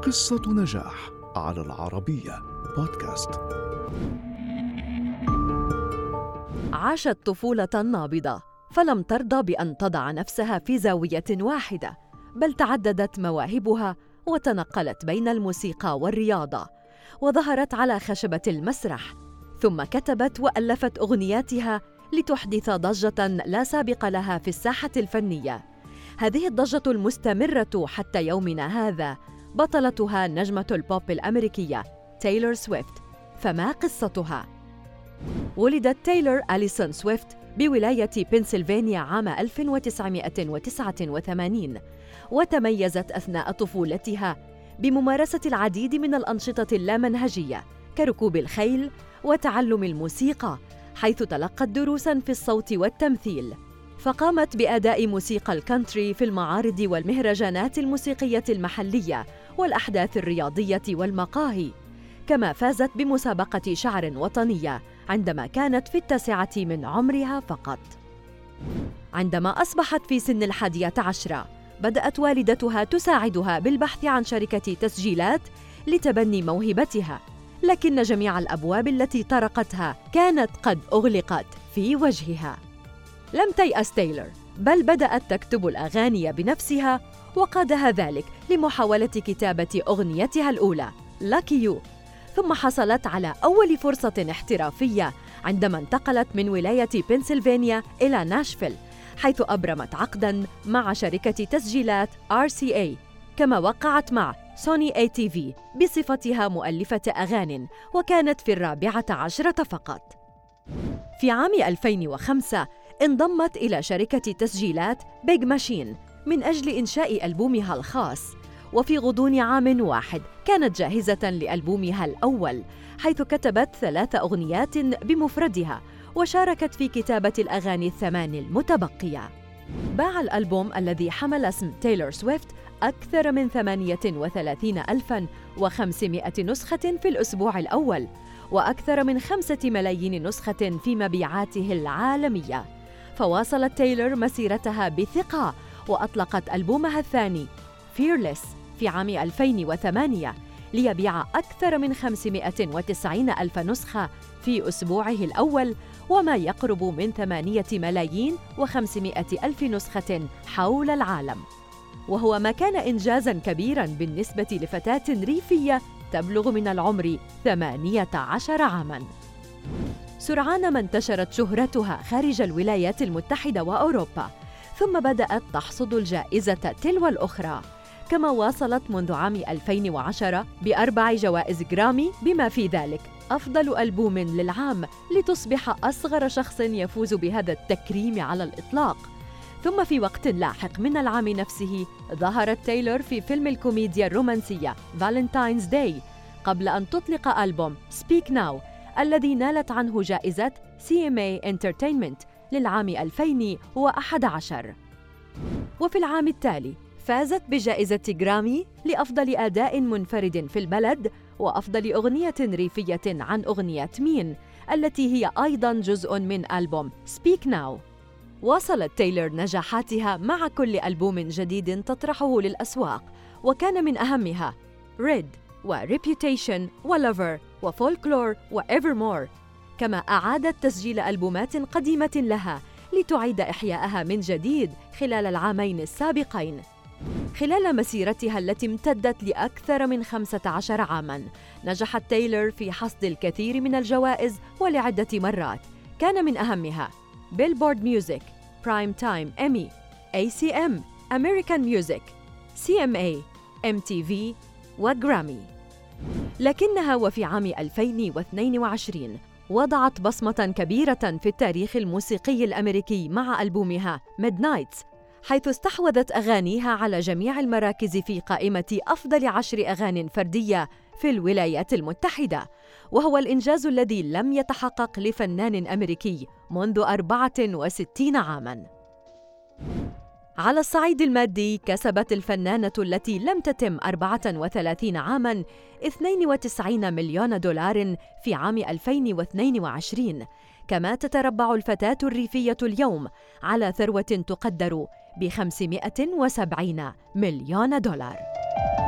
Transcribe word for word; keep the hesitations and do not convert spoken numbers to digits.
قصة نجاح على العربية بودكاست. عاشت طفولة نابضة، فلم ترضى بأن تضع نفسها في زاوية واحدة، بل تعددت مواهبها وتنقلت بين الموسيقى والرياضة، وظهرت على خشبة المسرح، ثم كتبت وألفت أغنياتها لتحدث ضجة لا سابق لها في الساحة الفنية. هذه الضجة المستمرة حتى يومنا هذا بطلتها نجمة البوب الأمريكية تايلور سويفت. فما قصتها؟ ولدت تايلور أليسون سويفت بولاية بنسلفانيا عام ألف وتسعمائة وتسعة وثمانين، وتميزت أثناء طفولتها بممارسة العديد من الأنشطة اللامنهجية كركوب الخيل وتعلم الموسيقى، حيث تلقت دروساً في الصوت والتمثيل. فقامت بأداء موسيقى الكانتري في المعارض والمهرجانات الموسيقية المحلية والأحداث الرياضية والمقاهي، كما فازت بمسابقة شعر وطنية عندما كانت في التاسعة من عمرها فقط. عندما أصبحت في سن الحادية عشرة، بدأت والدتها تساعدها بالبحث عن شركة تسجيلات لتبني موهبتها، لكن جميع الأبواب التي طرقتها كانت قد أغلقت في وجهها. لم تيأس تايلور، بل بدأت تكتب الأغاني بنفسها، وقادها ذلك لمحاولة كتابة أغنيتها الأولى Lucky You، ثم حصلت على أول فرصة احترافية عندما انتقلت من ولاية بنسلفانيا إلى ناشفيل، حيث أبرمت عقداً مع شركة تسجيلات آر سي إيه، كما وقعت مع سوني إيه تي في بصفتها مؤلفة أغاني، وكانت في الرابعة عشرة فقط. في عام ألفين وخمسة انضمت إلى شركة تسجيلات بيج ماشين من أجل إنشاء ألبومها الخاص، وفي غضون عام واحد كانت جاهزة لألبومها الأول، حيث كتبت ثلاث أغنيات بمفردها وشاركت في كتابة الأغاني الثمان المتبقية. باع الألبوم الذي حمل اسم تايلور سويفت أكثر من ثمانية وثلاثين ألفاً وخمسمائة نسخة في الأسبوع الأول، وأكثر من خمسة ملايين نسخة في مبيعاته العالمية. فواصلت تايلور مسيرتها بثقة، وأطلقت ألبومها الثاني Fearless في عام ألفين وثمانية ليبيع أكثر من خمسمائة وتسعين ألف نسخة في أسبوعه الأول، وما يقرب من ثمانية ملايين وخمسمائة ألف نسخة حول العالم، وهو ما كان إنجازاً كبيراً بالنسبة لفتاة ريفية تبلغ من العمر ثمانية عشر عاماً. سرعان ما انتشرت شهرتها خارج الولايات المتحدة وأوروبا، ثم بدأت تحصد الجائزة تلو الأخرى، كما واصلت منذ عام ألفين وعشرة بأربع جوائز جرامي، بما في ذلك أفضل ألبوم للعام، لتصبح أصغر شخص يفوز بهذا التكريم على الإطلاق. ثم في وقت لاحق من العام نفسه ظهرت تايلور في فيلم الكوميديا الرومانسية فالنتاينز داي، قبل أن تطلق ألبوم Speak Now الذي نالت عنه جائزة سي إم إيه Entertainment للعام ألفين وأحد عشر. وفي العام التالي فازت بجائزة جرامي لأفضل أداء منفرد في البلد، وأفضل أغنية ريفية عن أغنية مين التي هي أيضاً جزء من ألبوم Speak Now. واصلت تايلور نجاحاتها مع كل ألبوم جديد تطرحه للأسواق، وكان من أهمها Red و-Reputation و-Lover و-Folklore و-Evermore، كما أعادت تسجيل ألبومات قديمة لها لتعيد إحياءها من جديد خلال العامين السابقين. خلال مسيرتها التي امتدت لأكثر من خمسة عشر عاماً، نجحت تايلور في حصد الكثير من الجوائز ولعدة مرات، كان من أهمها Billboard Music، Prime Time Emmy، إيه سي إم، American Music، سي إم إيه، إم تي في وجرامي. لكنها وفي عام ألفين واثنين وعشرين وضعت بصمة كبيرة في التاريخ الموسيقي الأمريكي مع ألبومها Midnights، حيث استحوذت أغانيها على جميع المراكز في قائمة أفضل عشر أغاني فردية في الولايات المتحدة، وهو الإنجاز الذي لم يتحقق لفنان أمريكي منذ أربعة وستين عاماً. على الصعيد المادي، كسبت الفنانة التي لم تتم أربعة وثلاثين عاماً اثنين وتسعين مليون دولار في عام ألفين واثنين وعشرين، كما تتربع الفتاة الريفية اليوم على ثروة تقدر بخمسمائة وسبعين مليون دولار.